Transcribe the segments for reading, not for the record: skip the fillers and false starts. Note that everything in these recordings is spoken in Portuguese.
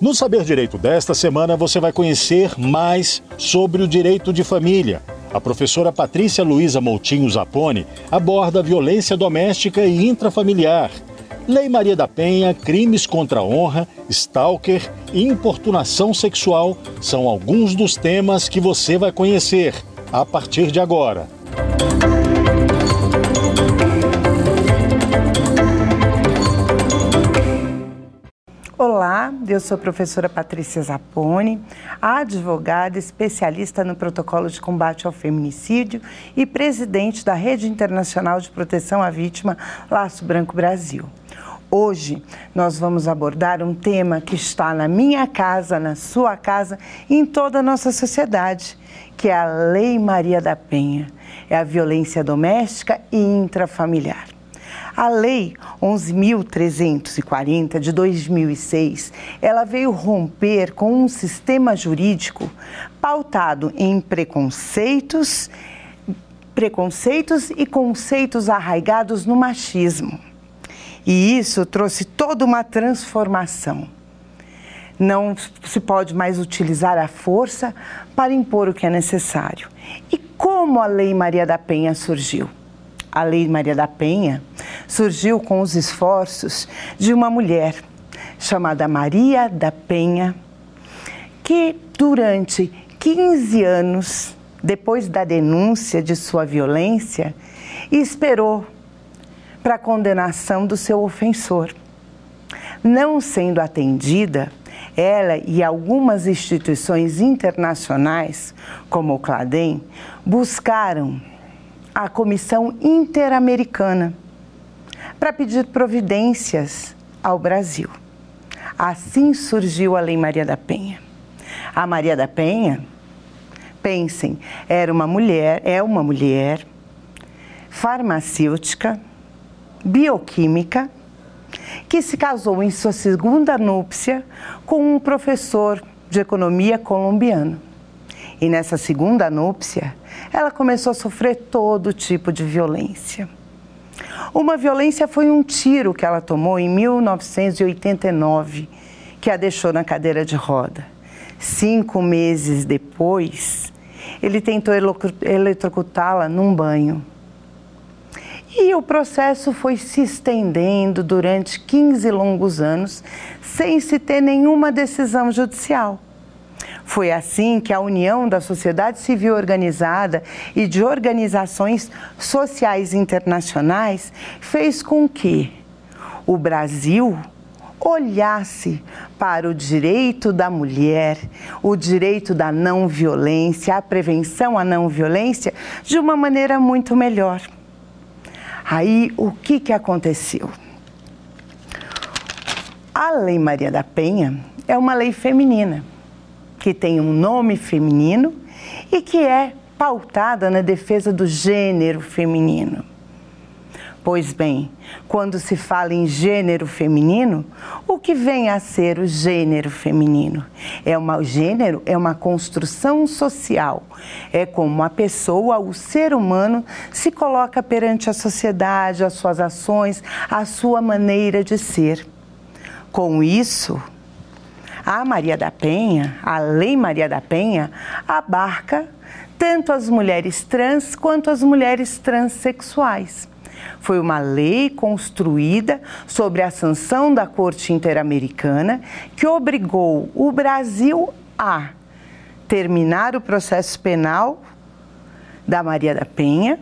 No Saber Direito desta semana, você vai conhecer mais sobre o direito de família. A professora Patrícia Luísa Moutinho Zapponi aborda a violência doméstica e intrafamiliar. Lei Maria da Penha, crimes contra a honra, stalker e importunação sexual são alguns dos temas que você vai conhecer a partir de agora. Olá, eu sou a professora Patrícia Zapponi, advogada especialista no protocolo de combate ao feminicídio e presidente da Rede Internacional de Proteção à Vítima, Laço Branco Brasil. Hoje nós vamos abordar um tema que está na minha casa, na sua casa e em toda a nossa sociedade, que é a Lei Maria da Penha, é a violência doméstica e intrafamiliar. A Lei 11.340 de 2006, ela veio romper com um sistema jurídico pautado em preconceitos e conceitos arraigados no machismo. E isso trouxe toda uma transformação. Não se pode mais utilizar a força para impor o que é necessário. E como a Lei Maria da Penha surgiu? A Lei Maria da Penha surgiu com os esforços de uma mulher chamada Maria da Penha, que durante 15 anos, depois da denúncia de sua violência, esperou para a condenação do seu ofensor. Não sendo atendida, ela e algumas instituições internacionais, como o CLADEM, buscaram a Comissão Interamericana para pedir providências ao Brasil. Assim surgiu a Lei Maria da Penha. A Maria da Penha, pensem, é uma mulher farmacêutica, bioquímica, que se casou em sua segunda núpcia com um professor de economia colombiano. E nessa segunda núpcia, ela começou a sofrer todo tipo de violência. Uma violência foi um tiro que ela tomou em 1989, que a deixou na cadeira de roda. 5 meses depois, ele tentou eletrocutá-la num banho. E o processo foi se estendendo durante 15 longos anos, sem se ter nenhuma decisão judicial. Foi assim que a União da Sociedade Civil Organizada e de organizações sociais internacionais fez com que o Brasil olhasse para o direito da mulher, o direito da não violência, a prevenção à não violência, de uma maneira muito melhor. Aí, o que aconteceu? A Lei Maria da Penha é uma lei feminina, que tem um nome feminino e que é pautada na defesa do gênero feminino. Pois bem, quando se fala em gênero feminino, o que vem a ser o gênero feminino? O gênero é uma construção social, é como a pessoa, o ser humano, se coloca perante a sociedade, as suas ações, a sua maneira de ser. Com isso, a Maria da Penha, a Lei Maria da Penha, abarca tanto as mulheres trans quanto as mulheres transexuais. Foi uma lei construída sobre a sanção da Corte Interamericana que obrigou o Brasil a terminar o processo penal da Maria da Penha,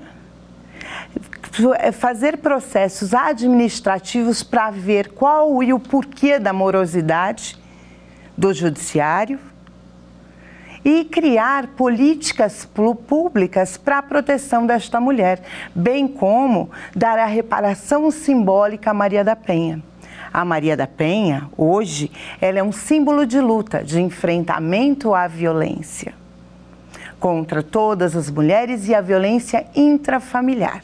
fazer processos administrativos para ver qual e o porquê da morosidade do judiciário e criar políticas públicas para a proteção desta mulher, bem como dar a reparação simbólica à Maria da Penha. A Maria da Penha, hoje, ela é um símbolo de luta, de enfrentamento à violência contra todas as mulheres e a violência intrafamiliar.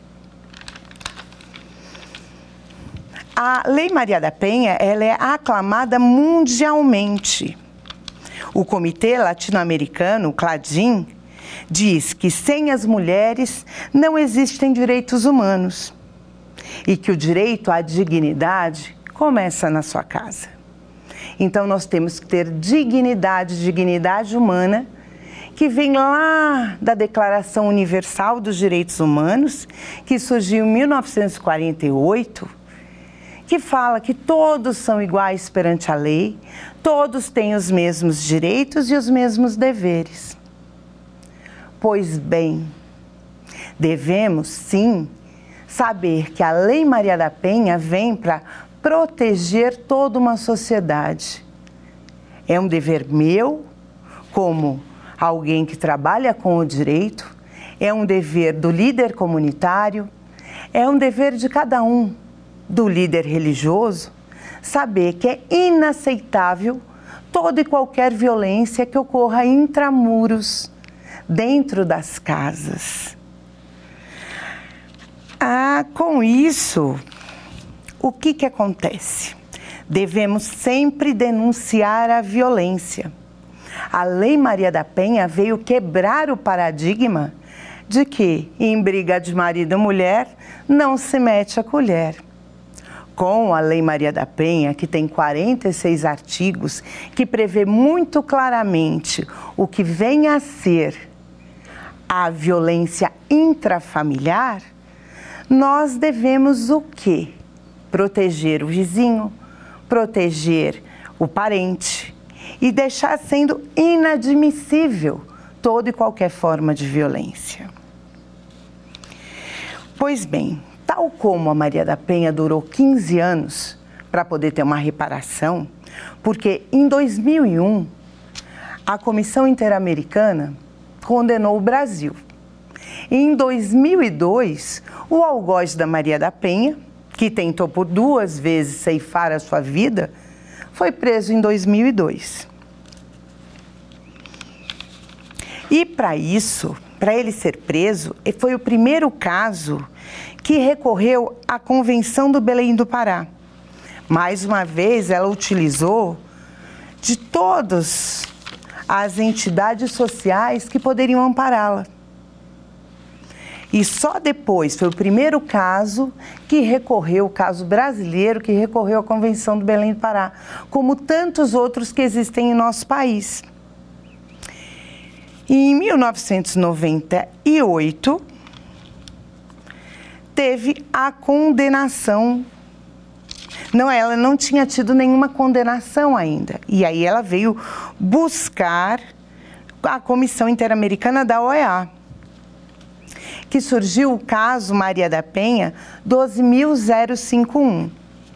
A Lei Maria da Penha, ela é aclamada mundialmente. O Comitê Latino-Americano, o CLADEM, diz que sem as mulheres não existem direitos humanos e que o direito à dignidade começa na sua casa. Então nós temos que ter dignidade humana, que vem lá da Declaração Universal dos Direitos Humanos, que surgiu em 1948, que fala que todos são iguais perante a lei, todos têm os mesmos direitos e os mesmos deveres. Pois bem, devemos sim saber que a Lei Maria da Penha vem para proteger toda uma sociedade. É um dever meu, como alguém que trabalha com o direito, é um dever do líder comunitário, é um dever de cada um, do líder religioso, saber que é inaceitável toda e qualquer violência que ocorra intramuros, dentro das casas. Com isso, o que acontece? Devemos sempre denunciar a violência. A Lei Maria da Penha veio quebrar o paradigma de que, em briga de marido e mulher, não se mete a colher. Com a Lei Maria da Penha, que tem 46 artigos, que prevê muito claramente o que vem a ser a violência intrafamiliar, nós devemos o quê? Proteger o vizinho, proteger o parente e deixar sendo inadmissível toda e qualquer forma de violência. Pois bem, tal como a Maria da Penha durou 15 anos para poder ter uma reparação, porque em 2001 a Comissão Interamericana condenou o Brasil. E em 2002, o algoz da Maria da Penha, que tentou por 2 vezes ceifar a sua vida, foi preso em 2002. E para isso, para ele ser preso, foi o primeiro caso que recorreu à Convenção do Belém do Pará. Mais uma vez, ela utilizou de todas as entidades sociais que poderiam ampará-la. E só depois, foi o primeiro caso que recorreu, o caso brasileiro, que recorreu à Convenção do Belém do Pará, como tantos outros que existem em nosso país. E em 1998, teve a condenação. Não, ela não tinha tido nenhuma condenação ainda. E aí ela veio buscar a Comissão Interamericana da OEA, que surgiu o caso Maria da Penha 12.051.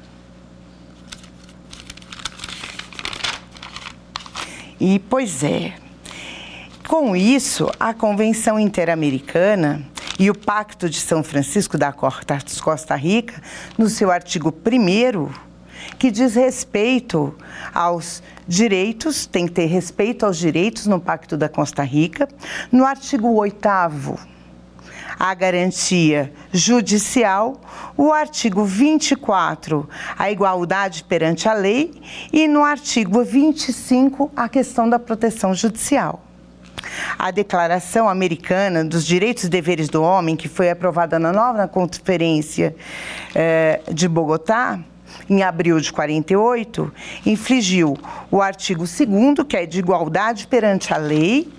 E, pois é, com isso, a Convenção Interamericana e o Pacto de São Francisco da Costa Rica, no seu artigo 1º, que diz respeito aos direitos, tem que ter respeito aos direitos no Pacto da Costa Rica, no artigo 8º, a garantia judicial, o artigo 24, a igualdade perante a lei, e no artigo 25, a questão da proteção judicial. A Declaração Americana dos Direitos e Deveres do Homem, que foi aprovada na nova Conferência de Bogotá, em abril de 48, infligiu o artigo 2º, que é de igualdade perante a lei,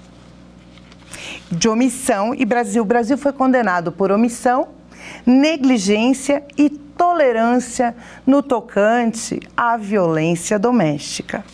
de omissão, e o Brasil foi condenado por omissão, negligência e tolerância no tocante à violência doméstica.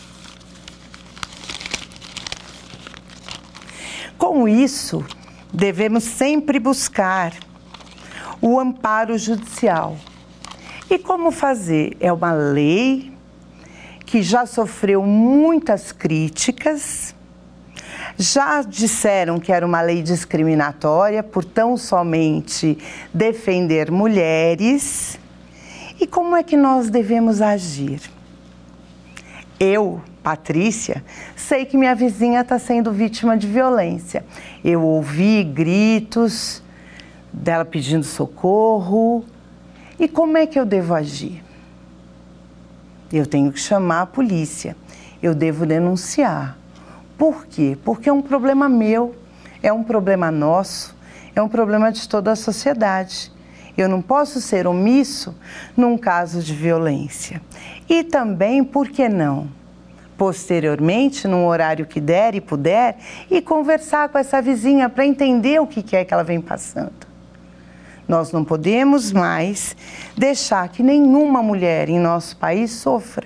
Com isso, devemos sempre buscar o amparo judicial. E como fazer? É uma lei que já sofreu muitas críticas. Já disseram que era uma lei discriminatória por tão somente defender mulheres. E como é que nós devemos agir? Eu, Patrícia, sei que minha vizinha está sendo vítima de violência. Eu ouvi gritos dela pedindo socorro. E como é que eu devo agir? Eu tenho que chamar a polícia. Eu devo denunciar. Por quê? Porque é um problema meu, é um problema nosso, é um problema de toda a sociedade. Eu não posso ser omisso num caso de violência. E também, por que não, posteriormente, num horário que der e puder, e conversar com essa vizinha para entender o que é que ela vem passando. Nós não podemos mais deixar que nenhuma mulher em nosso país sofra.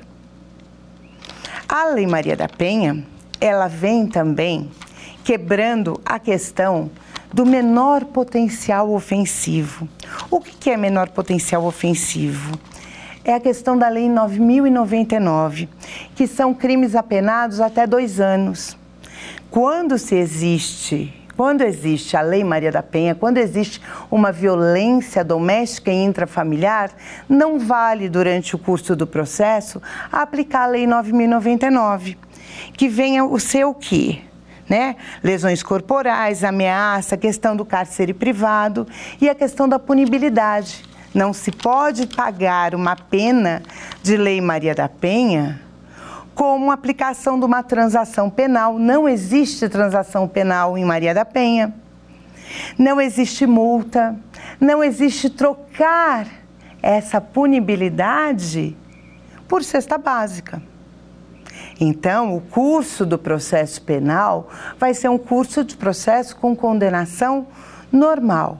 A Lei Maria da Penha, ela vem também quebrando a questão do menor potencial ofensivo. O que é menor potencial ofensivo? É a questão da Lei 9.099, que são crimes apenados até 2 anos. Quando existe a Lei Maria da Penha, quando existe uma violência doméstica e intrafamiliar, não vale, durante o curso do processo, aplicar a Lei 9.099, que venha o ser o quê? Lesões corporais, ameaça, questão do cárcere privado e a questão da punibilidade. Não se pode pagar uma pena de Lei Maria da Penha como aplicação de uma transação penal. Não existe transação penal em Maria da Penha. Não existe multa. Não existe trocar essa punibilidade por cesta básica. Então, o curso do processo penal vai ser um curso de processo com condenação normal.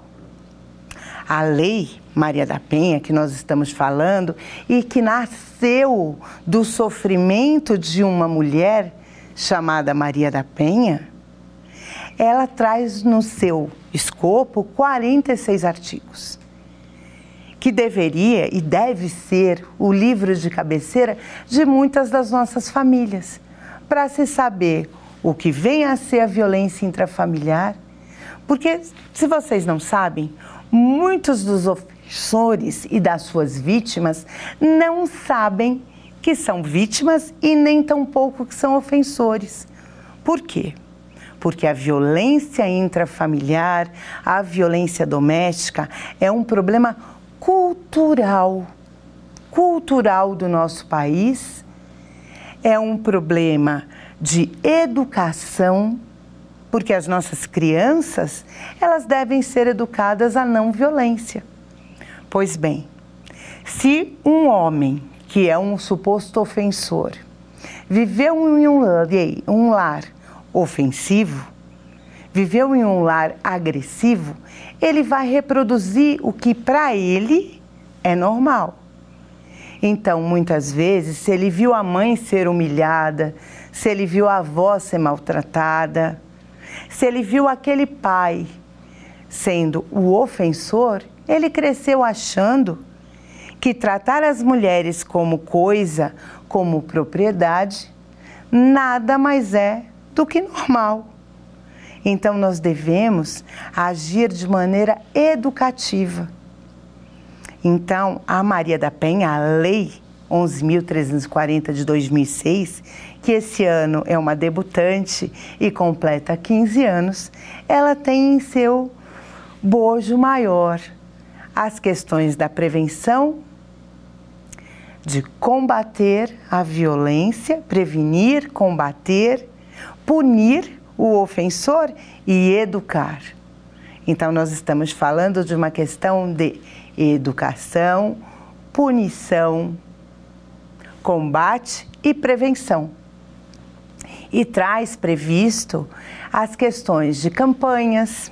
A Lei Maria da Penha, que nós estamos falando, e que nasceu do sofrimento de uma mulher chamada Maria da Penha, ela traz no seu escopo 46 artigos, que deveria e deve ser o livro de cabeceira de muitas das nossas famílias, para se saber o que vem a ser a violência intrafamiliar, porque, se vocês não sabem, muitos dos ofensores e das suas vítimas não sabem que são vítimas e nem tampouco que são ofensores. Por quê? Porque a violência intrafamiliar, a violência doméstica é um problema cultural do nosso país, é um problema de educação, porque as nossas crianças, elas devem ser educadas à não violência. Pois bem, se um homem que é um suposto ofensor viveu em um lar ofensivo, viveu em um lar agressivo, ele vai reproduzir o que para ele é normal. Então, muitas vezes, se ele viu a mãe ser humilhada, se ele viu a avó ser maltratada, se ele viu aquele pai sendo o ofensor, ele cresceu achando que tratar as mulheres como coisa, como propriedade, nada mais é do que normal. Então, nós devemos agir de maneira educativa. Então, a Maria da Penha, a Lei 11.340 de 2006, que esse ano é uma debutante e completa 15 anos, ela tem em seu bojo maior as questões da prevenção, de combater a violência, prevenir, combater, punir o ofensor e educar. Então, nós estamos falando de uma questão de educação, punição, combate e prevenção. E traz previsto as questões de campanhas,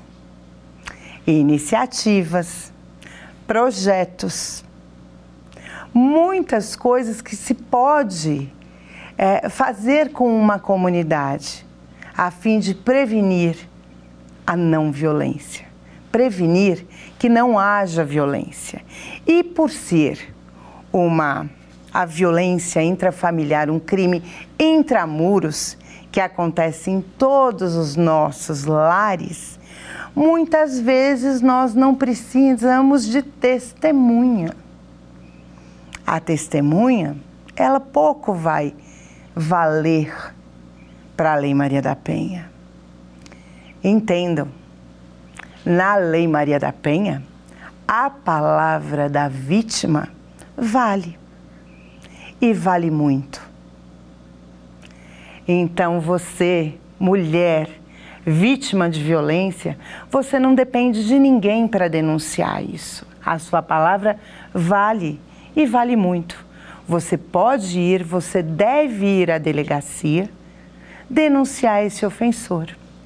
iniciativas, projetos, muitas coisas que se pode fazer com uma comunidade, a fim de prevenir a não violência, prevenir que não haja violência. E por ser a violência intrafamiliar, um crime intramuros, que acontece em todos os nossos lares, muitas vezes nós não precisamos de testemunha. A testemunha, ela pouco vai valer para a Lei Maria da Penha. Entendam, na Lei Maria da Penha, a palavra da vítima vale, e vale muito. Então você, mulher, vítima de violência, você não depende de ninguém para denunciar isso. A sua palavra vale, e vale muito. você pode ir, você deve ir à delegacia denunciar esse ofensor.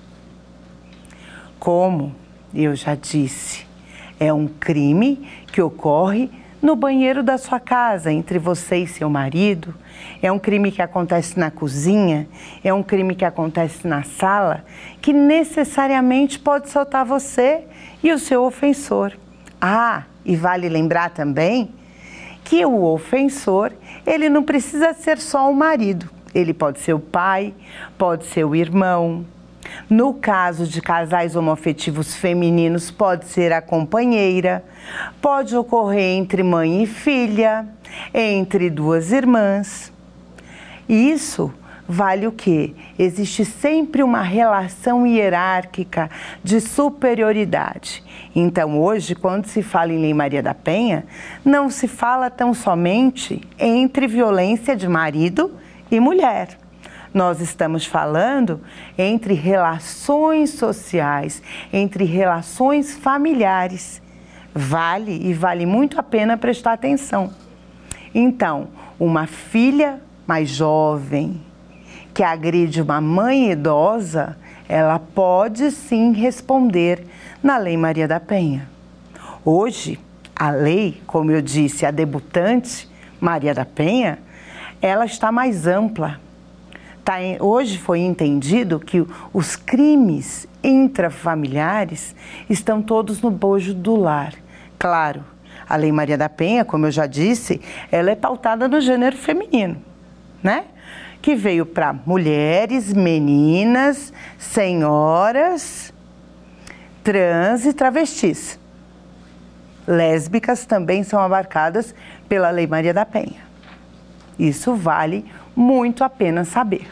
Como eu já disse, é um crime que ocorre no banheiro da sua casa, entre você e seu marido. É um crime que acontece na cozinha, é um crime que acontece na sala, que necessariamente pode soltar você e o seu ofensor. E vale lembrar também que o ofensor, ele não precisa ser só o marido. Ele pode ser o pai, pode ser o irmão. No caso de casais homoafetivos femininos, pode ser a companheira, pode ocorrer entre mãe e filha, entre duas irmãs. Isso vale o quê? Existe sempre uma relação hierárquica de superioridade. Então, hoje, quando se fala em Lei Maria da Penha, não se fala tão somente entre violência de marido e mulher. Nós estamos falando entre relações sociais, entre relações familiares. Vale muito a pena prestar atenção. Então, uma filha mais jovem que agride uma mãe idosa, ela pode sim responder na Lei Maria da Penha. Hoje, a lei, como eu disse, a debutante Maria da Penha, ela está mais ampla. Hoje foi entendido que os crimes intrafamiliares estão todos no bojo do lar. Claro, a Lei Maria da Penha, como eu já disse, ela é pautada no gênero feminino, né? Que veio para mulheres, meninas, senhoras, trans e travestis. Lésbicas também são abarcadas pela Lei Maria da Penha. Isso vale muito a pena saber.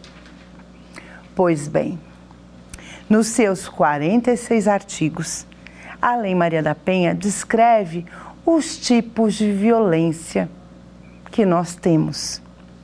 Pois bem, nos seus 46 artigos, a Lei Maria da Penha descreve os tipos de violência que nós temos.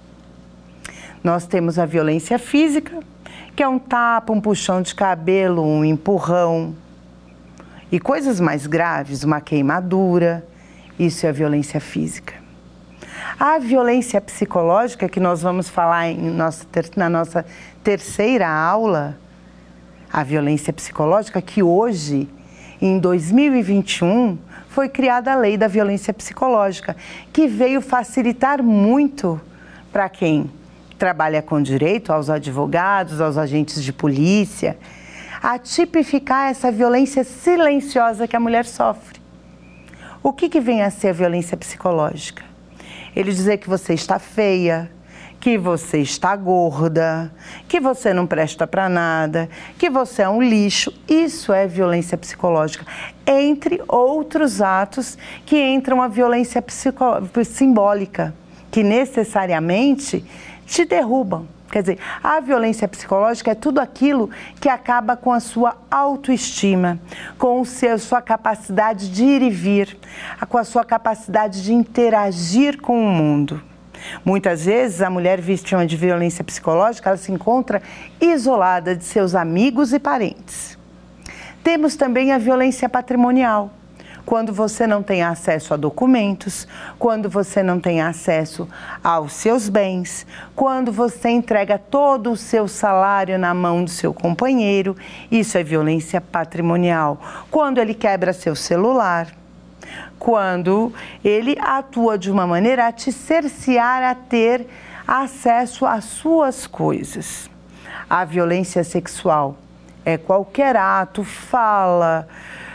Nós temos a violência física, que é um tapa, um puxão de cabelo, um empurrão. E coisas mais graves, uma queimadura, isso é a violência física. A violência psicológica, que nós vamos falar na nossa terceira aula, a violência psicológica, que hoje, em 2021, foi criada a Lei da Violência Psicológica, que veio facilitar muito para quem trabalha com direito, aos advogados, aos agentes de polícia, a tipificar essa violência silenciosa que a mulher sofre. O que vem a ser a violência psicológica? Ele dizer que você está feia, que você está gorda, que você não presta para nada, que você é um lixo. Isso é violência psicológica, entre outros atos que entram a violência simbólica, que necessariamente te derrubam. Quer dizer, a violência psicológica é tudo aquilo que acaba com a sua autoestima, com sua capacidade de ir e vir, com a sua capacidade de interagir com o mundo. Muitas vezes a mulher vítima de violência psicológica, ela se encontra isolada de seus amigos e parentes. Temos também a violência patrimonial. Quando você não tem acesso a documentos, quando você não tem acesso aos seus bens, quando você entrega todo o seu salário na mão do seu companheiro, isso é violência patrimonial. Quando ele quebra seu celular, quando ele atua de uma maneira a te cercear a ter acesso às suas coisas. A violência sexual é qualquer ato, fala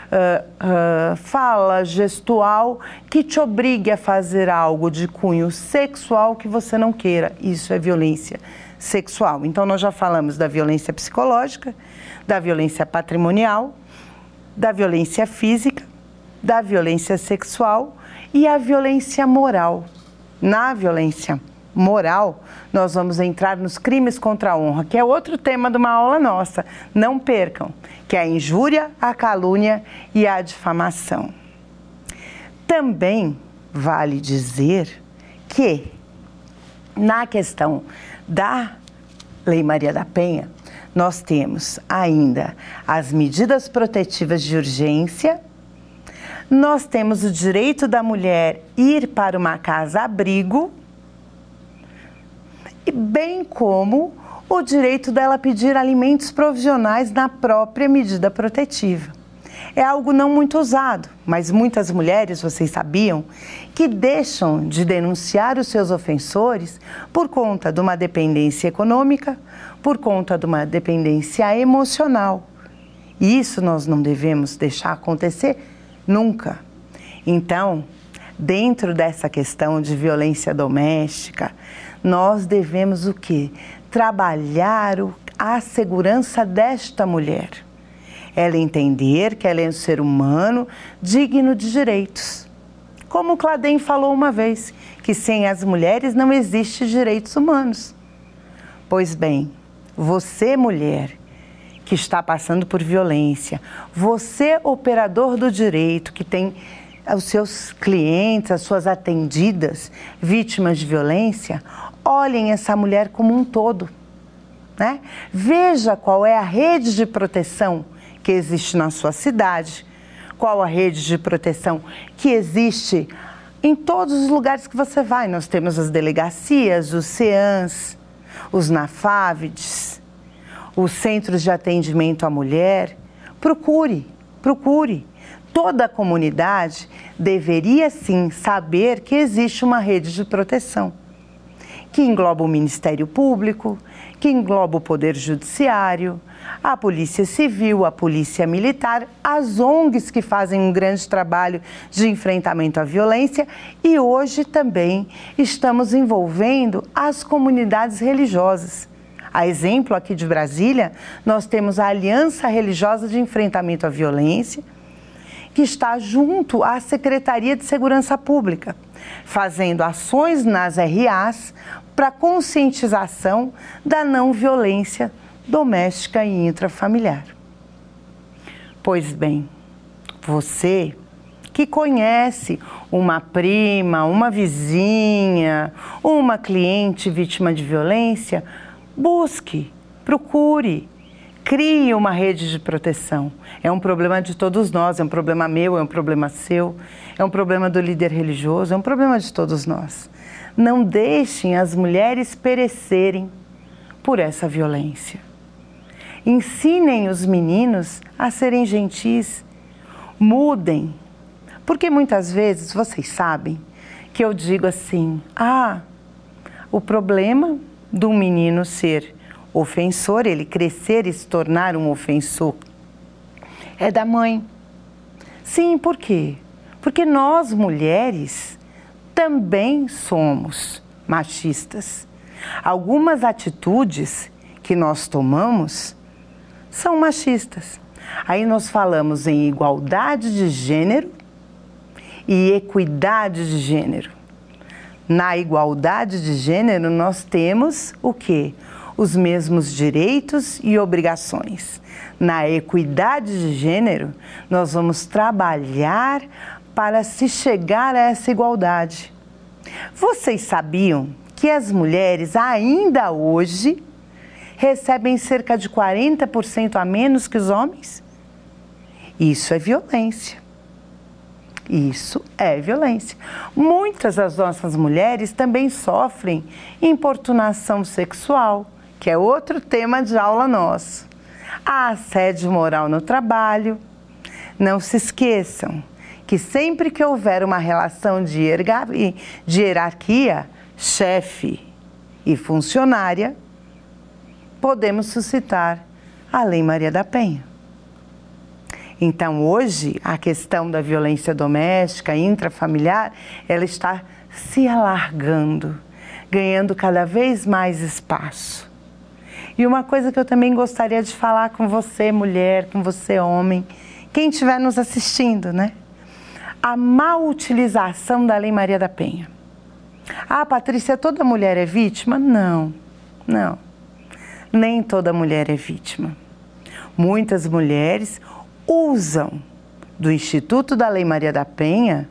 gestual que te obrigue a fazer algo de cunho sexual que você não queira. Isso é violência sexual. Então, nós já falamos da violência psicológica, da violência patrimonial, da violência física, da violência sexual e a violência moral. Na violência moral, nós vamos entrar nos crimes contra a honra, que é outro tema de uma aula nossa. Não percam, que é a injúria, a calúnia e a difamação. Também vale dizer que, na questão da Lei Maria da Penha, nós temos ainda as medidas protetivas de urgência, nós temos o direito da mulher ir para uma casa-abrigo e bem como o direito dela pedir alimentos provisionais na própria medida protetiva. É algo não muito usado, mas muitas mulheres, vocês sabiam, que deixam de denunciar os seus ofensores por conta de uma dependência econômica, por conta de uma dependência emocional. E isso nós não devemos deixar acontecer nunca. Então, dentro dessa questão de violência doméstica, nós devemos o quê? Trabalhar a segurança desta mulher. Ela entender que ela é um ser humano digno de direitos. Como o Cladem falou uma vez, que sem as mulheres não existe direitos humanos. Pois bem, você mulher que está passando por violência, você operador do direito que tem os seus clientes, as suas atendidas vítimas de violência, olhem essa mulher como um todo, né? Veja qual é a rede de proteção que existe na sua cidade, qual a rede de proteção que existe em todos os lugares que você vai. Nós temos as delegacias, os CEANs, os NAFAVIDs, os centros de atendimento à mulher. Procure. Toda a comunidade deveria sim saber que existe uma rede de proteção, que engloba o Ministério Público, que engloba o Poder Judiciário, a Polícia Civil, a Polícia Militar, as ONGs que fazem um grande trabalho de enfrentamento à violência e hoje também estamos envolvendo as comunidades religiosas. A exemplo aqui de Brasília, nós temos a Aliança Religiosa de Enfrentamento à Violência, que está junto à Secretaria de Segurança Pública, fazendo ações nas RAs para conscientização da não violência doméstica e intrafamiliar. Pois bem, você que conhece uma prima, uma vizinha, uma cliente vítima de violência, busque, procure, crie uma rede de proteção. É um problema de todos nós, é um problema meu, é um problema seu, é um problema do líder religioso, é um problema de todos nós. Não deixem as mulheres perecerem por essa violência. Ensinem os meninos a serem gentis, mudem, porque muitas vezes vocês sabem que eu digo assim, o problema do menino ser ofensor, ele crescer e se tornar um ofensor, é da mãe. Sim, por quê? Porque nós mulheres também somos machistas. Algumas atitudes que nós tomamos são machistas. Aí nós falamos em igualdade de gênero e equidade de gênero. Na igualdade de gênero nós temos o quê? Os mesmos direitos e obrigações. Na equidade de gênero, nós vamos trabalhar para se chegar a essa igualdade. Vocês sabiam que as mulheres ainda hoje recebem cerca de 40% a menos que os homens? Isso é violência. Isso é violência. Muitas das nossas mulheres também sofrem importunação sexual, que é outro tema de aula nosso. A assédio moral no trabalho. Não se esqueçam que sempre que houver uma relação de hierarquia, chefe e funcionária, podemos suscitar a Lei Maria da Penha. Então, hoje, a questão da violência doméstica, intrafamiliar, ela está se alargando, ganhando cada vez mais espaço. E uma coisa que eu também gostaria de falar com você, mulher, com você, homem, quem estiver nos assistindo, né? A má utilização da Lei Maria da Penha. Patrícia, toda mulher é vítima? Não. Nem toda mulher é vítima. Muitas mulheres usam do Instituto da Lei Maria da Penha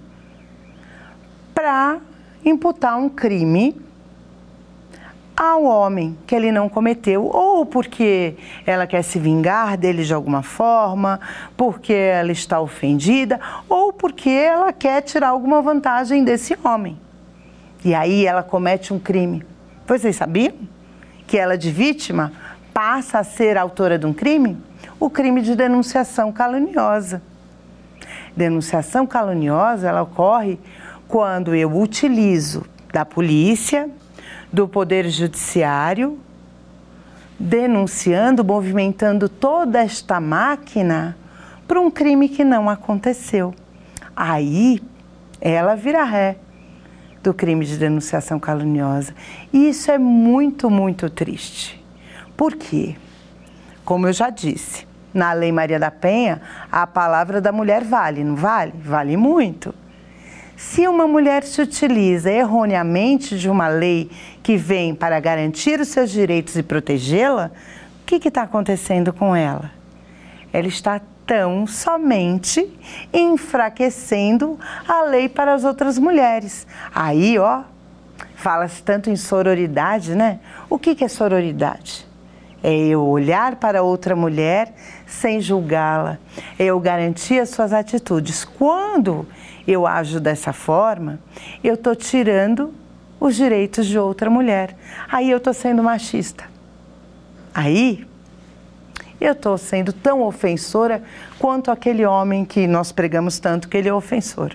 para imputar um crime ao homem que ele não cometeu, ou porque ela quer se vingar dele de alguma forma, porque ela está ofendida, ou porque ela quer tirar alguma vantagem desse homem. E aí ela comete um crime. Vocês sabiam que ela de vítima passa a ser autora de um crime? O crime de denunciação caluniosa. Denunciação caluniosa, ela ocorre quando eu utilizo da polícia, do Poder Judiciário, denunciando, movimentando toda esta máquina para um crime que não aconteceu. Aí, ela vira ré do crime de denunciação caluniosa. E isso é muito, muito triste. Por quê? Como eu já disse, na Lei Maria da Penha, a palavra da mulher vale, não vale? Vale muito. Se uma mulher se utiliza erroneamente de uma lei que vem para garantir os seus direitos e protegê-la, o que está acontecendo com ela? Ela está tão somente enfraquecendo a lei para as outras mulheres. Aí, ó, fala-se tanto em sororidade, né? O que é sororidade? É eu olhar para outra mulher sem julgá-la, é eu garantir as suas atitudes. Quando eu ajo dessa forma, eu estou tirando os direitos de outra mulher. Aí eu estou sendo machista. Aí eu estou sendo tão ofensora quanto aquele homem que nós pregamos tanto que ele é ofensor.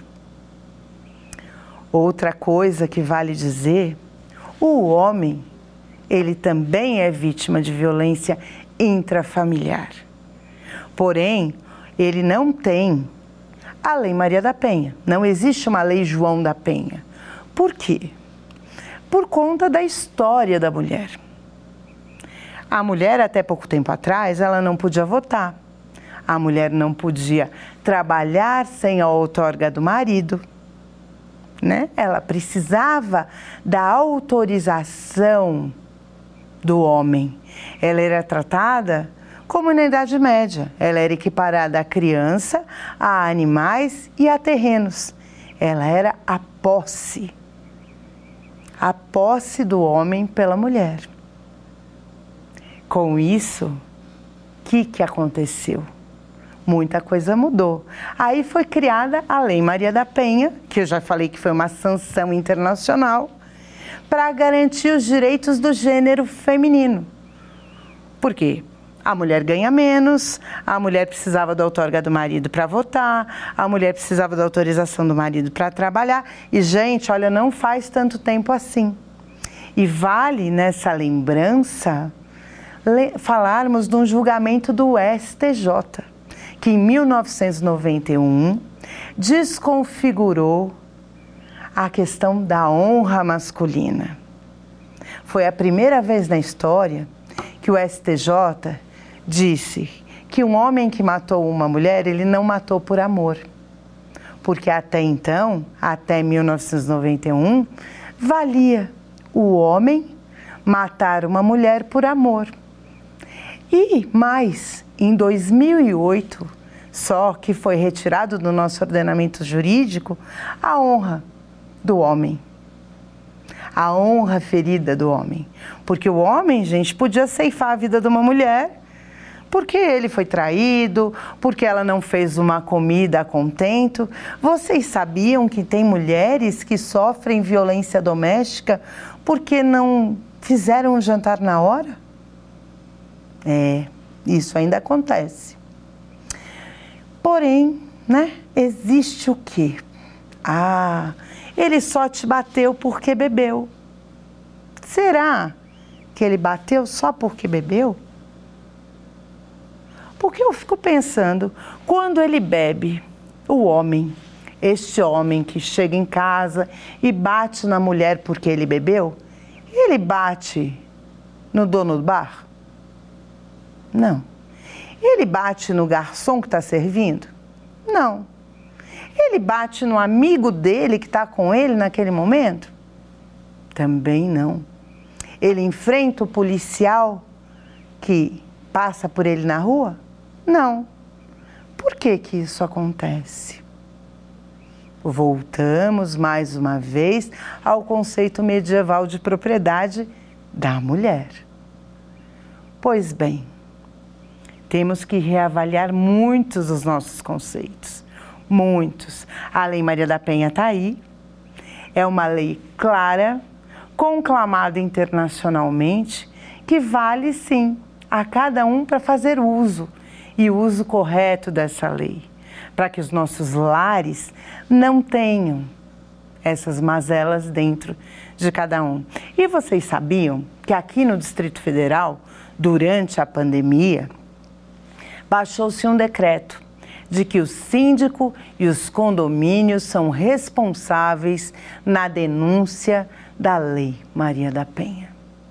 Outra coisa que vale dizer, o homem, ele também é vítima de violência intrafamiliar. Porém, ele não tem a Lei Maria da Penha. Não existe uma Lei João da Penha. Por quê? Por conta da história da mulher. A mulher, até pouco tempo atrás, ela não podia votar. A mulher não podia trabalhar sem a outorga do marido, né? Ela precisava da autorização do homem. Ela era tratada como na Idade Média. Ela era equiparada a criança, a animais e a terrenos. Ela era a posse do homem pela mulher. Com isso, o que aconteceu? Muita coisa mudou. Aí foi criada a Lei Maria da Penha, que eu já falei que foi uma sanção internacional, para garantir os direitos do gênero feminino. Por quê? A mulher ganha menos, a mulher precisava da outorga do marido para votar, a mulher precisava da autorização do marido para trabalhar. E, gente, olha, não faz tanto tempo assim. E vale nessa lembrança falarmos de um julgamento do STJ, que em 1991 desconfigurou a questão da honra masculina. Foi a primeira vez na história que o STJ disse que um homem que matou uma mulher, ele não matou por amor. Porque até então, até 1991, valia o homem matar uma mulher por amor. E mais, em 2008, só que foi retirado do nosso ordenamento jurídico a honra do homem. A honra ferida do homem. Porque o homem, gente, podia ceifar a vida de uma mulher porque ele foi traído, porque ela não fez uma comida a contento. Vocês sabiam que tem mulheres que sofrem violência doméstica porque não fizeram o jantar na hora? Isso ainda acontece. Porém, né, existe o quê? Ele só te bateu porque bebeu. Será que ele bateu só porque bebeu? Porque eu fico pensando, quando ele bebe, o homem, este homem que chega em casa e bate na mulher porque ele bebeu, ele bate no dono do bar? Não. Ele bate no garçom que está servindo? Não. Ele bate no amigo dele que está com ele naquele momento? Também não. Ele enfrenta o policial que passa por ele na rua? Não. Por que que isso acontece? Voltamos mais uma vez ao conceito medieval de propriedade da mulher. Pois bem, temos que reavaliar muitos dos nossos conceitos. Muitos. A Lei Maria da Penha está aí. É uma lei clara, conclamado internacionalmente, que vale sim a cada um para fazer uso e uso correto dessa lei, para que os nossos lares não tenham essas mazelas dentro de cada um. E vocês sabiam que aqui no Distrito Federal, durante a pandemia, baixou-se um decreto de que o síndico e os condomínios são responsáveis na denúncia da Lei Maria da Penha.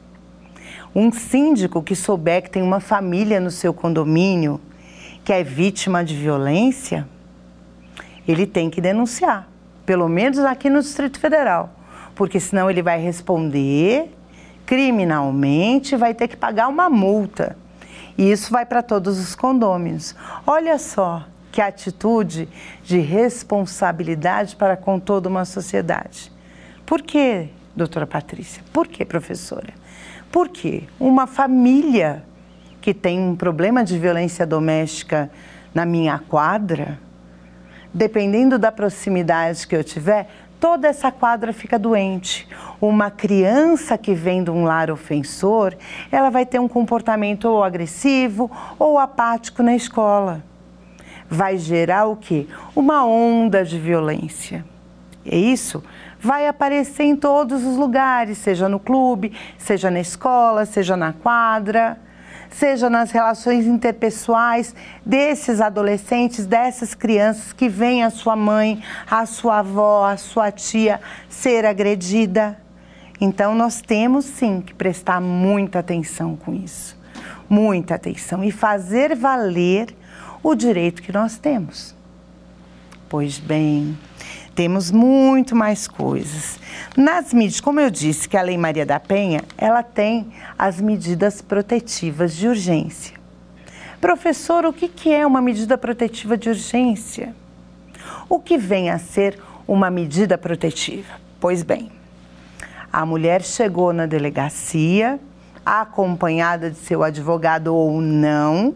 Um síndico que souber que tem uma família no seu condomínio que é vítima de violência, ele tem que denunciar, pelo menos aqui no Distrito Federal, porque senão ele vai responder criminalmente, vai ter que pagar uma multa. E isso vai para todos os condôminos. Olha só que atitude de responsabilidade para com toda uma sociedade. Por quê, doutora Patrícia? Por quê, professora? Porque uma família que tem um problema de violência doméstica na minha quadra, dependendo da proximidade que eu tiver, toda essa quadra fica doente. Uma criança que vem de um lar ofensor, ela vai ter um comportamento ou agressivo ou apático na escola. Vai gerar o quê? Uma onda de violência. E isso vai aparecer em todos os lugares, seja no clube, seja na escola, seja na quadra, seja nas relações interpessoais desses adolescentes, dessas crianças que veem a sua mãe, a sua avó, a sua tia ser agredida. Então, nós temos sim que prestar muita atenção com isso, muita atenção, e fazer valer o direito que nós temos. Pois bem, temos muito mais coisas. Nas medidas, como eu disse que a Lei Maria da Penha, ela tem as medidas protetivas de urgência. Professor, o que é uma medida protetiva de urgência? O que vem a ser uma medida protetiva? Pois bem, a mulher chegou na delegacia, acompanhada de seu advogado ou não,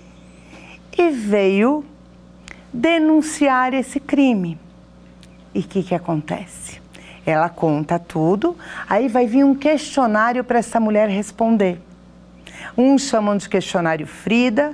e veio denunciar esse crime. E o que acontece? Ela conta tudo, aí vai vir um questionário para essa mulher responder. Uns chamam de questionário Frida,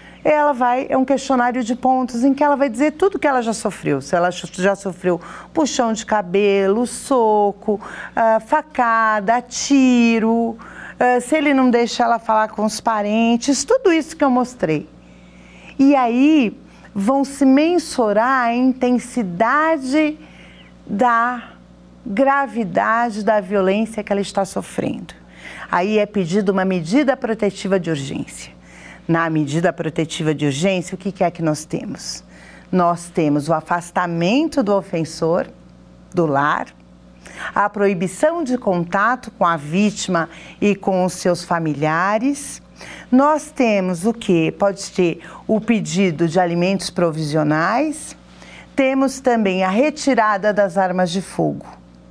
é um questionário de pontos em que ela vai dizer tudo que ela já sofreu. Se ela já sofreu puxão de cabelo, soco, facada, tiro, se ele não deixa ela falar com os parentes, tudo isso que eu mostrei. E aí vão se mensurar a intensidade da gravidade da violência que ela está sofrendo. Aí é pedido uma medida protetiva de urgência. Na medida protetiva de urgência, o que é que nós temos? Nós temos o afastamento do ofensor do lar, a proibição de contato com a vítima e com os seus familiares. Nós temos o que? Pode ter o pedido de alimentos provisionais, temos também a retirada das armas de fogo.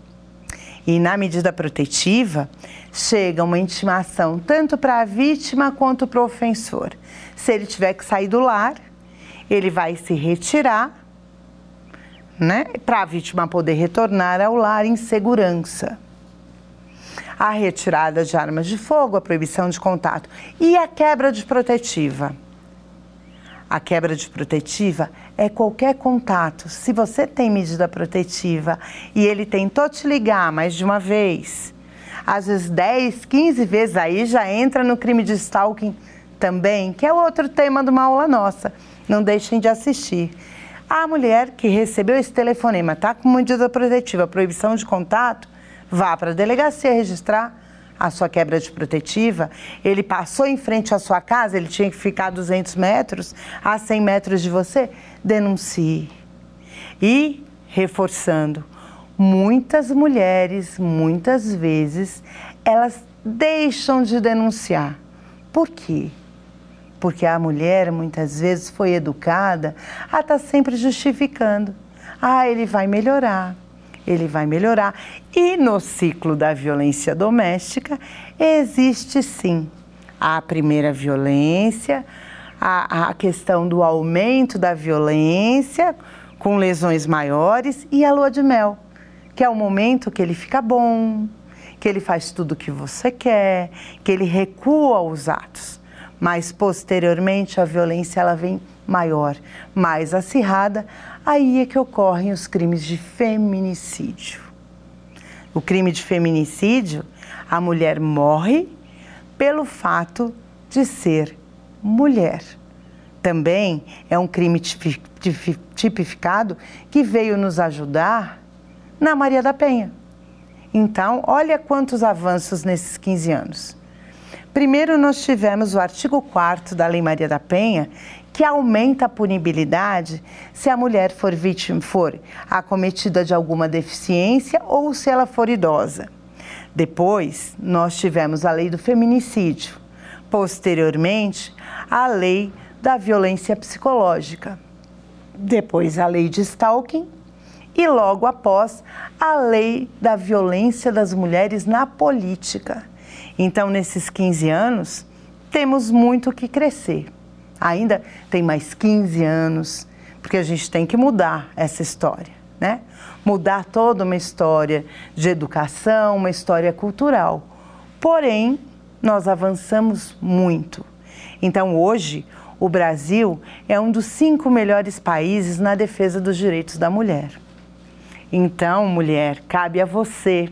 E na medida protetiva, chega uma intimação tanto para a vítima quanto para o ofensor. Se ele tiver que sair do lar, ele vai se retirar, né, para a vítima poder retornar ao lar em segurança. A retirada de armas de fogo, a proibição de contato e a quebra de protetiva. A quebra de protetiva é qualquer contato. Se você tem medida protetiva e ele tentou te ligar mais de uma vez, às vezes 10, 15 vezes, aí já entra no crime de stalking também, que é outro tema de uma aula nossa. Não deixem de assistir. A mulher que recebeu esse telefonema, está com medida protetiva, proibição de contato, vá para a delegacia registrar a sua quebra de protetiva. Ele passou em frente à sua casa, ele tinha que ficar a 200 metros, a 100 metros de você, denuncie. E, reforçando, muitas mulheres, muitas vezes, elas deixam de denunciar. Por quê? Porque a mulher, muitas vezes, foi educada a estar sempre justificando. Ele vai melhorar. Ele vai melhorar. E no ciclo da violência doméstica, existe sim a primeira violência, a questão do aumento da violência, com lesões maiores, e a lua de mel, que é o momento que ele fica bom, que ele faz tudo o que você quer, que ele recua os atos. Mas, posteriormente, a violência ela vem maior, mais acirrada, aí é que ocorrem os crimes de feminicídio. O crime de feminicídio, a mulher morre pelo fato de ser mulher. Também é um crime tipificado que veio nos ajudar na Maria da Penha. Então, olha quantos avanços nesses 15 anos. Primeiro, nós tivemos o artigo 4º da Lei Maria da Penha, que aumenta a punibilidade se a mulher for acometida de alguma deficiência ou se ela for idosa. Depois, nós tivemos a Lei do Feminicídio. Posteriormente, a Lei da Violência Psicológica. Depois, a Lei de Stalking. E logo após, a Lei da Violência das Mulheres na Política. Então, nesses 15 anos, temos muito o que crescer. Ainda tem mais 15 anos, porque a gente tem que mudar essa história, né? Mudar toda uma história de educação, uma história cultural. Porém, nós avançamos muito. Então, hoje, o Brasil é um dos 5 melhores países na defesa dos direitos da mulher. Então, mulher, cabe a você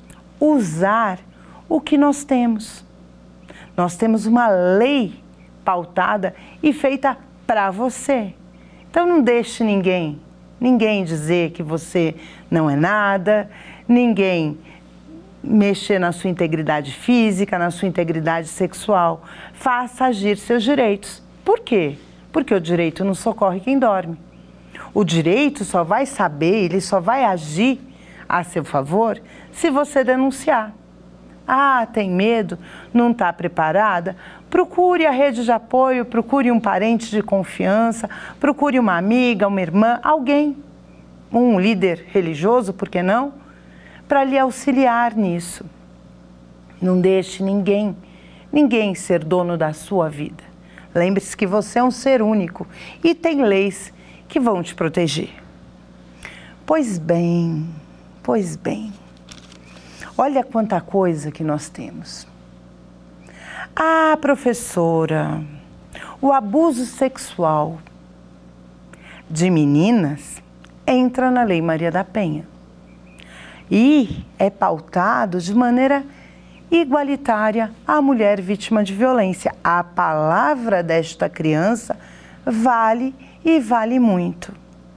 usar o que nós temos. Nós temos uma lei pautada e feita para você. Então, não deixe ninguém dizer que você não é nada, ninguém mexer na sua integridade física, na sua integridade sexual. Faça agir seus direitos. Por quê? Porque o direito não socorre quem dorme. O direito só vai saber, ele só vai agir a seu favor se você denunciar. Ah, tem medo? Não está preparada? Procure a rede de apoio, procure um parente de confiança, procure uma amiga, uma irmã, alguém, um líder religioso, por que não? Para lhe auxiliar nisso. Não deixe ninguém ser dono da sua vida. Lembre-se que você é um ser único e tem leis que vão te proteger. Pois bem, olha quanta coisa que nós temos. Ah, professora, o abuso sexual de meninas entra na Lei Maria da Penha e é pautado de maneira igualitária à mulher vítima de violência. A palavra desta criança vale e vale muito.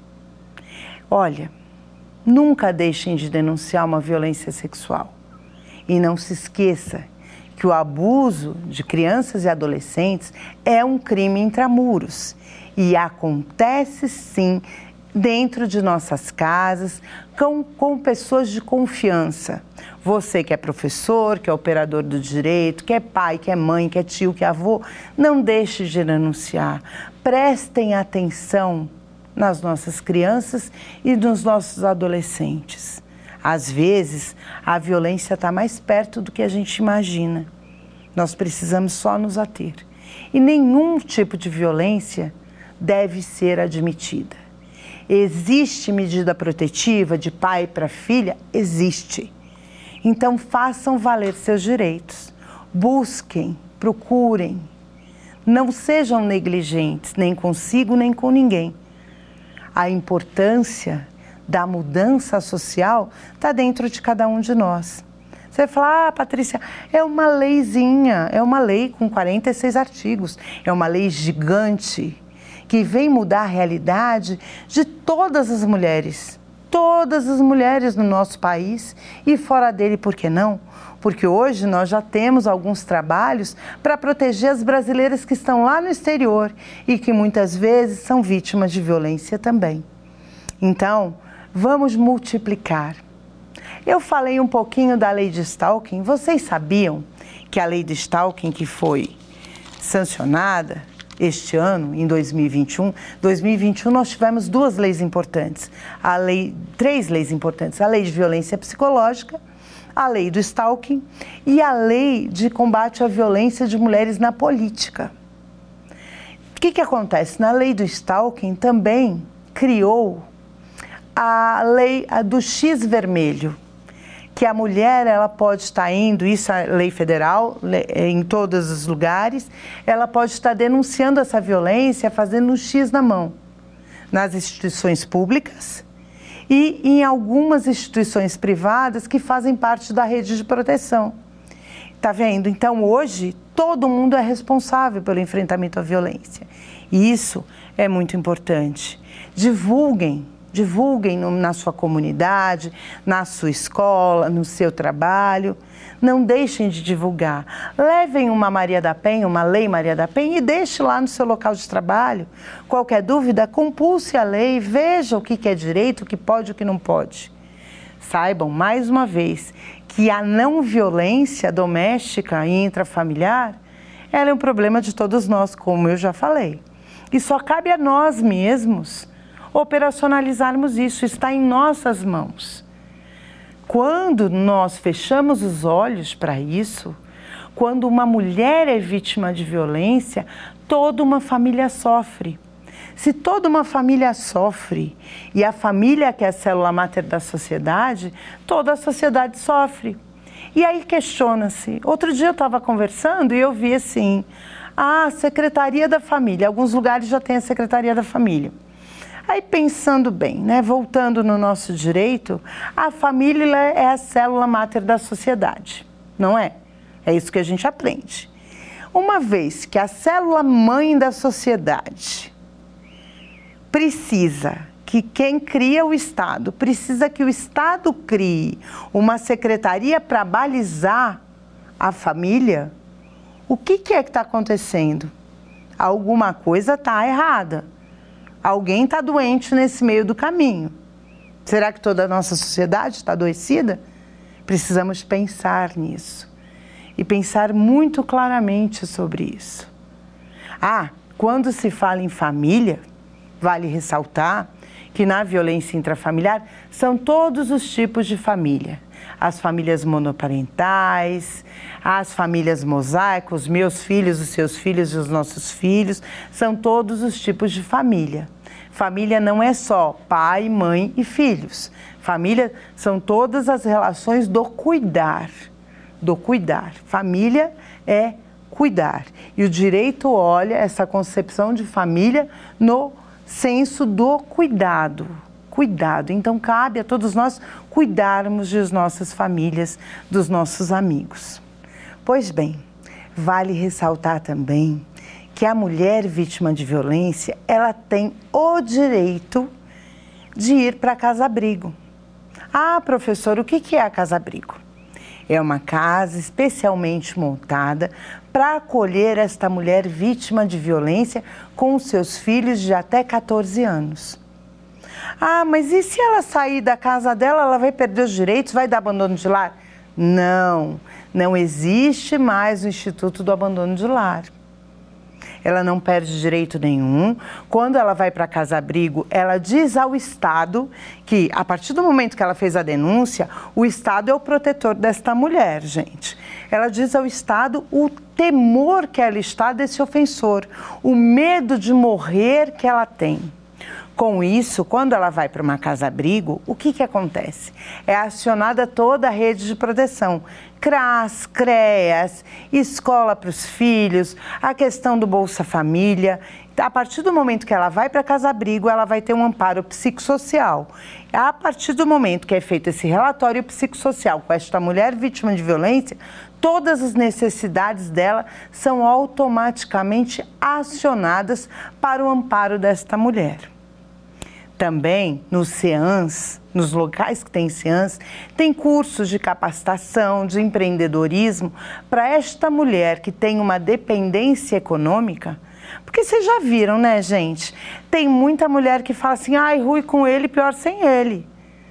Olha, nunca deixem de denunciar uma violência sexual. E não se esqueça que o abuso de crianças e adolescentes é um crime intramuros. E acontece sim dentro de nossas casas, com pessoas de confiança. Você que é professor, que é operador do direito, que é pai, que é mãe, que é tio, que é avô, não deixe de denunciar. Prestem atenção nas nossas crianças e nos nossos adolescentes. Às vezes, a violência está mais perto do que a gente imagina. Nós precisamos só nos ater. E nenhum tipo de violência deve ser admitida. Existe medida protetiva de pai para filha? Existe. Então, façam valer seus direitos. Busquem, procurem. Não sejam negligentes, nem consigo, nem com ninguém. A importância da mudança social está dentro de cada um de nós. Você vai falar, Patrícia, é uma leizinha, é uma lei com 46 artigos, é uma lei gigante que vem mudar a realidade de todas as mulheres no nosso país e fora dele, por que não? Porque hoje nós já temos alguns trabalhos para proteger as brasileiras que estão lá no exterior e que muitas vezes são vítimas de violência também. Então, vamos multiplicar. Eu falei um pouquinho da lei de Stalking. Vocês sabiam que a lei de Stalking que foi sancionada este ano, em 2021, nós tivemos três leis importantes. A lei de violência psicológica, a lei do Stalking e a lei de combate à violência de mulheres na política. O que acontece? Na lei do Stalking também criou a lei do X vermelho, que a mulher ela pode estar indo, isso é lei federal, em todos os lugares, ela pode estar denunciando essa violência, fazendo um X na mão, nas instituições públicas e em algumas instituições privadas que fazem parte da rede de proteção. Tá vendo? Então, hoje, todo mundo é responsável pelo enfrentamento à violência. E isso é muito importante. Divulguem na sua comunidade, na sua escola, no seu trabalho. Não deixem de divulgar. Levem uma Maria da Penha, uma lei Maria da Penha e deixe lá no seu local de trabalho. Qualquer dúvida, compulse a lei, veja o que é direito, o que pode e o que não pode. Saibam, mais uma vez, que a não violência doméstica e intrafamiliar, ela é um problema de todos nós, como eu já falei. E só cabe a nós mesmos operacionalizarmos isso, está em nossas mãos. Quando nós fechamos os olhos para isso, quando uma mulher é vítima de violência, toda uma família sofre. Se toda uma família sofre e a família que é a célula máter da sociedade, toda a sociedade sofre. E aí questiona-se. Outro dia eu estava conversando e eu vi assim, a Secretaria da Família, alguns lugares já tem a Secretaria da Família. Aí pensando bem, né, voltando no nosso direito, a família é a célula máter da sociedade, não é? É isso que a gente aprende. Uma vez que a célula mãe da sociedade precisa que quem cria o Estado, precisa que o Estado crie uma secretaria para balizar a família, o que é que está acontecendo? Alguma coisa está errada. Alguém está doente nesse meio do caminho. Será que toda a nossa sociedade está adoecida? Precisamos pensar nisso. E pensar muito claramente sobre isso. Quando se fala em família, vale ressaltar que na violência intrafamiliar são todos os tipos de família. As famílias monoparentais, as famílias mosaico, os meus filhos, os seus filhos e os nossos filhos, são todos os tipos de família. Família não é só pai, mãe e filhos. Família são todas as relações do cuidar. Família é cuidar. E o direito olha essa concepção de família no senso do cuidado. Então, cabe a todos nós cuidarmos de nossas famílias, dos nossos amigos. Pois bem, vale ressaltar também que a mulher vítima de violência, ela tem o direito de ir para a casa-abrigo. Professor, o que é a casa-abrigo? É uma casa especialmente montada para acolher esta mulher vítima de violência com os seus filhos de até 14 anos. Mas e se ela sair da casa dela, ela vai perder os direitos, vai dar abandono de lar? Não existe mais o Instituto do Abandono de Lar. Ela não perde direito nenhum. Quando ela vai para a casa-abrigo, ela diz ao Estado que, a partir do momento que ela fez a denúncia, o Estado é o protetor desta mulher, gente. Ela diz ao Estado o temor que ela está desse ofensor, o medo de morrer que ela tem. Com isso, quando ela vai para uma casa-abrigo, o que acontece? É acionada toda a rede de proteção. CRAS, CREAS, escola para os filhos, a questão do Bolsa Família. A partir do momento que ela vai para a casa-abrigo, ela vai ter um amparo psicossocial. A partir do momento que é feito esse relatório psicossocial com esta mulher vítima de violência, todas as necessidades dela são automaticamente acionadas para o amparo desta mulher. Também nos CEANs, nos locais que tem CEANs, tem cursos de capacitação, de empreendedorismo para esta mulher que tem uma dependência econômica. Porque vocês já viram, né, gente? Tem muita mulher que fala assim, ruim com ele, pior sem ele.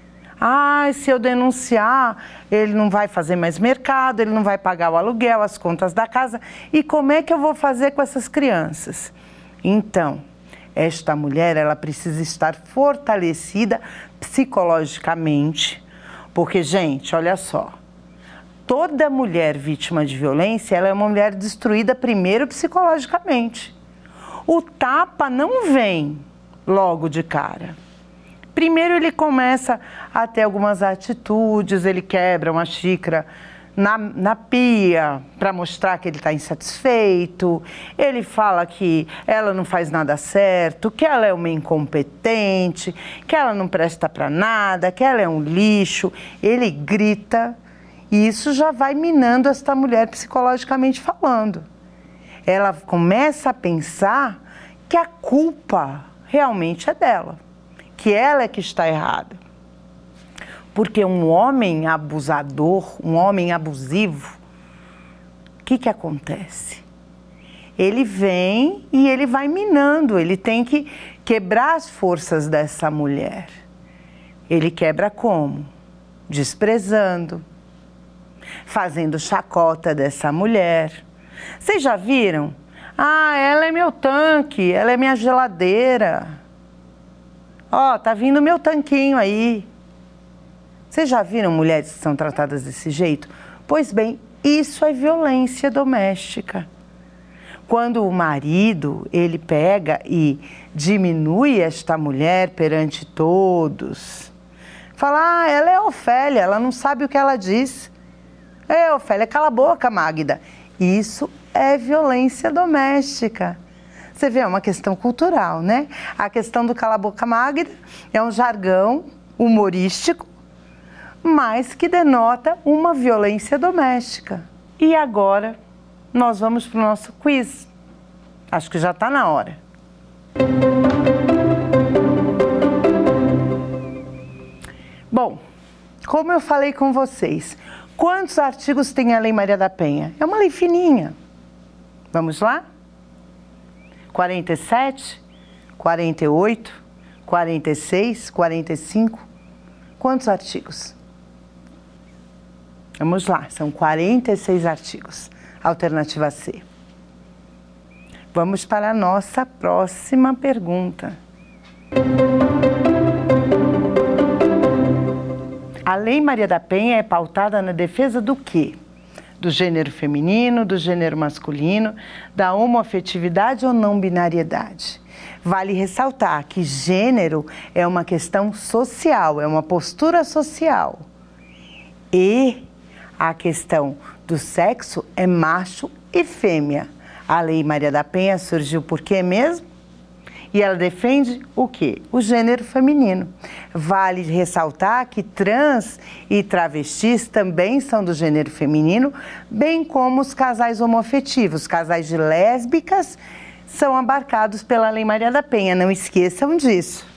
Se eu denunciar, ele não vai fazer mais mercado, ele não vai pagar o aluguel, as contas da casa. E como é que eu vou fazer com essas crianças? Então, esta mulher, ela precisa estar fortalecida psicologicamente, porque, gente, olha só, toda mulher vítima de violência, ela é uma mulher destruída primeiro psicologicamente. O tapa não vem logo de cara. Primeiro ele começa a ter algumas atitudes, ele quebra uma xícara na pia para mostrar que ele está insatisfeito, ele fala que ela não faz nada certo, que ela é uma incompetente, que ela não presta para nada, que ela é um lixo, ele grita e isso já vai minando esta mulher psicologicamente falando. Ela começa a pensar que a culpa realmente é dela, que ela é que está errada. Porque um homem abusador, um homem abusivo, o que acontece? Ele vem e ele vai minando, ele tem que quebrar as forças dessa mulher. Ele quebra como? Desprezando, fazendo chacota dessa mulher. Vocês já viram? Ah, ela é meu tanque, ela é minha geladeira. Ó, tá vindo meu tanquinho aí. Vocês já viram mulheres que são tratadas desse jeito? Pois bem, isso é violência doméstica. Quando o marido, ele pega e diminui esta mulher perante todos, fala, ah, ela é Ofélia, ela não sabe o que ela diz. Ofélia, cala a boca, Magda. Isso é violência doméstica. Você vê, é uma questão cultural, né? A questão do cala a boca, Magda é um jargão humorístico, mas que denota uma violência doméstica. E agora, nós vamos para o nosso quiz. Acho que já está na hora. Bom, como eu falei com vocês, quantos artigos tem a Lei Maria da Penha? É uma lei fininha. Vamos lá? 47, 48, 46, 45. Quantos artigos? Vamos lá, são 46 artigos. Alternativa C. Vamos para a nossa próxima pergunta. A Lei Maria da Penha é pautada na defesa do quê? Do gênero feminino, do gênero masculino, da homoafetividade ou não binariedade? Vale ressaltar que gênero é uma questão social, é uma postura social. E a questão do sexo é macho e fêmea. A Lei Maria da Penha surgiu por quê mesmo? E ela defende o quê? O gênero feminino. Vale ressaltar que trans e travestis também são do gênero feminino, bem como os casais homoafetivos, casais de lésbicas, são abarcados pela Lei Maria da Penha. Não esqueçam disso.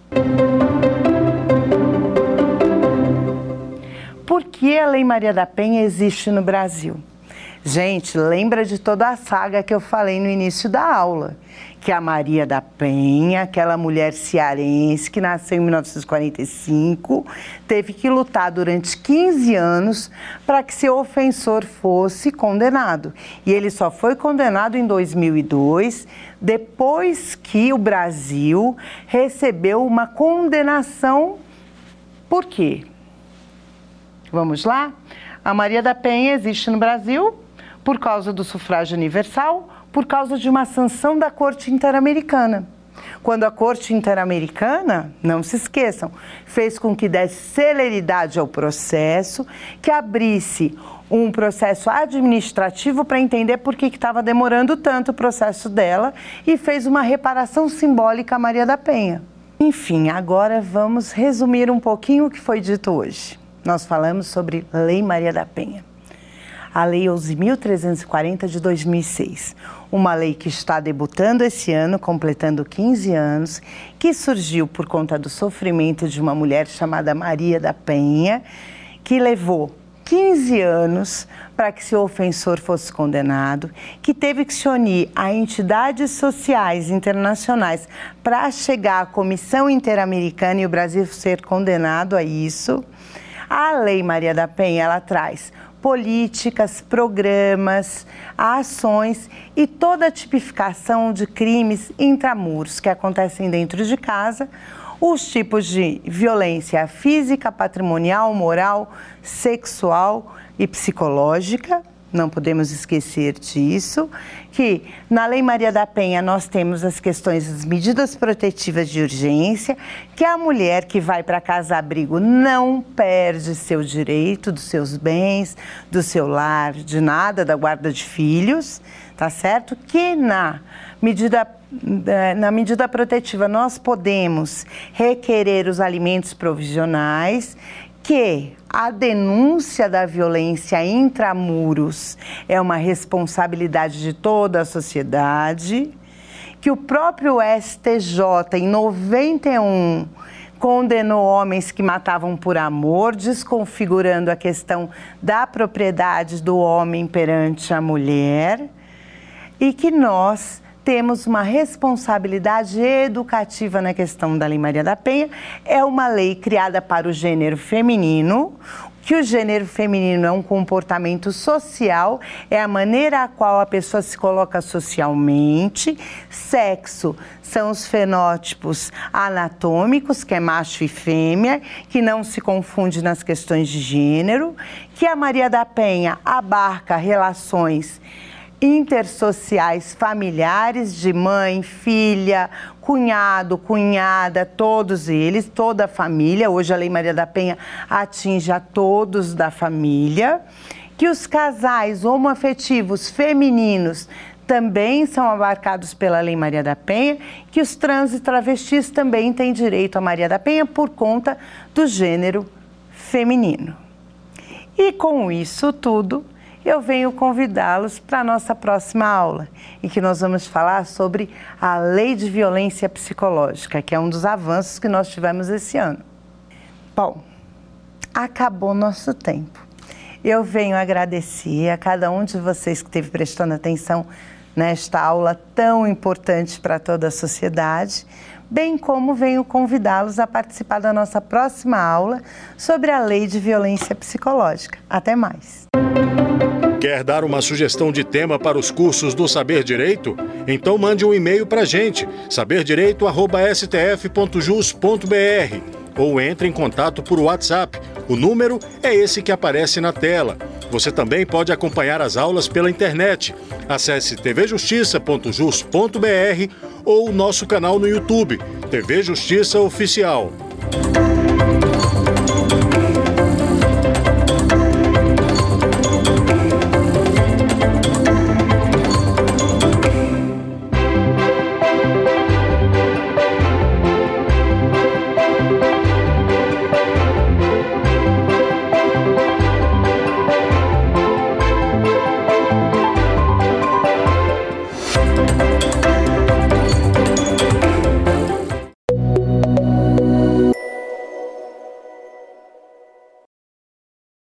Por que a Lei Maria da Penha existe no Brasil? Gente, lembra de toda a saga que eu falei no início da aula, que a Maria da Penha, aquela mulher cearense que nasceu em 1945, teve que lutar durante 15 anos para que seu ofensor fosse condenado. E ele só foi condenado em 2002, depois que o Brasil recebeu uma condenação. Por quê? Vamos lá? A Maria da Penha existe no Brasil por causa do sufrágio universal, por causa de uma sanção da Corte Interamericana. Quando a Corte Interamericana, não se esqueçam, fez com que desse celeridade ao processo, que abrisse um processo administrativo para entender por que estava demorando tanto o processo dela e fez uma reparação simbólica à Maria da Penha. Enfim, agora vamos resumir um pouquinho o que foi dito hoje. Nós falamos sobre Lei Maria da Penha. A Lei 11.340 de 2006, uma lei que está debutando esse ano, completando 15 anos, que surgiu por conta do sofrimento de uma mulher chamada Maria da Penha, que levou 15 anos para que seu ofensor fosse condenado, que teve que se unir a entidades sociais internacionais para chegar à Comissão Interamericana e o Brasil ser condenado a isso. A Lei Maria da Penha, ela traz políticas, programas, ações e toda a tipificação de crimes intramuros que acontecem dentro de casa, os tipos de violência física, patrimonial, moral, sexual e psicológica, não podemos esquecer disso, que na Lei Maria da Penha nós temos as questões das medidas protetivas de urgência, que a mulher que vai para casa-abrigo não perde seu direito dos seus bens, do seu lar, de nada, da guarda de filhos, tá certo? Que na medida protetiva nós podemos requerer os alimentos provisionais, que a denúncia da violência intramuros é uma responsabilidade de toda a sociedade, que o próprio STJ, em 91, condenou homens que matavam por amor, desconfigurando a questão da propriedade do homem perante a mulher, e que nós temos uma responsabilidade educativa na questão da Lei Maria da Penha. É uma lei criada para o gênero feminino, que o gênero feminino é um comportamento social, é a maneira a qual a pessoa se coloca socialmente. Sexo são os fenótipos anatômicos, que é macho e fêmea, que não se confunde nas questões de gênero, que a Maria da Penha abarca relações intersociais familiares de mãe, filha, cunhado, cunhada, todos eles, toda a família. Hoje a Lei Maria da Penha atinge a todos da família. Que os casais homoafetivos femininos também são abarcados pela Lei Maria da Penha, que os trans e travestis também têm direito à Maria da Penha por conta do gênero feminino. E com isso tudo, eu venho convidá-los para a nossa próxima aula, em que nós vamos falar sobre a Lei de Violência Psicológica, que é um dos avanços que nós tivemos esse ano. Bom, acabou nosso tempo. Eu venho agradecer a cada um de vocês que esteve prestando atenção nesta aula tão importante para toda a sociedade, bem como venho convidá-los a participar da nossa próxima aula sobre a Lei de Violência Psicológica. Até mais! Quer dar uma sugestão de tema para os cursos do Saber Direito? Então mande um e-mail para a gente, saberdireito@stf.jus.br, ou entre em contato por WhatsApp. O número é esse que aparece na tela. Você também pode acompanhar as aulas pela internet. Acesse tvjustiça.jus.br ou o nosso canal no YouTube, TV Justiça Oficial.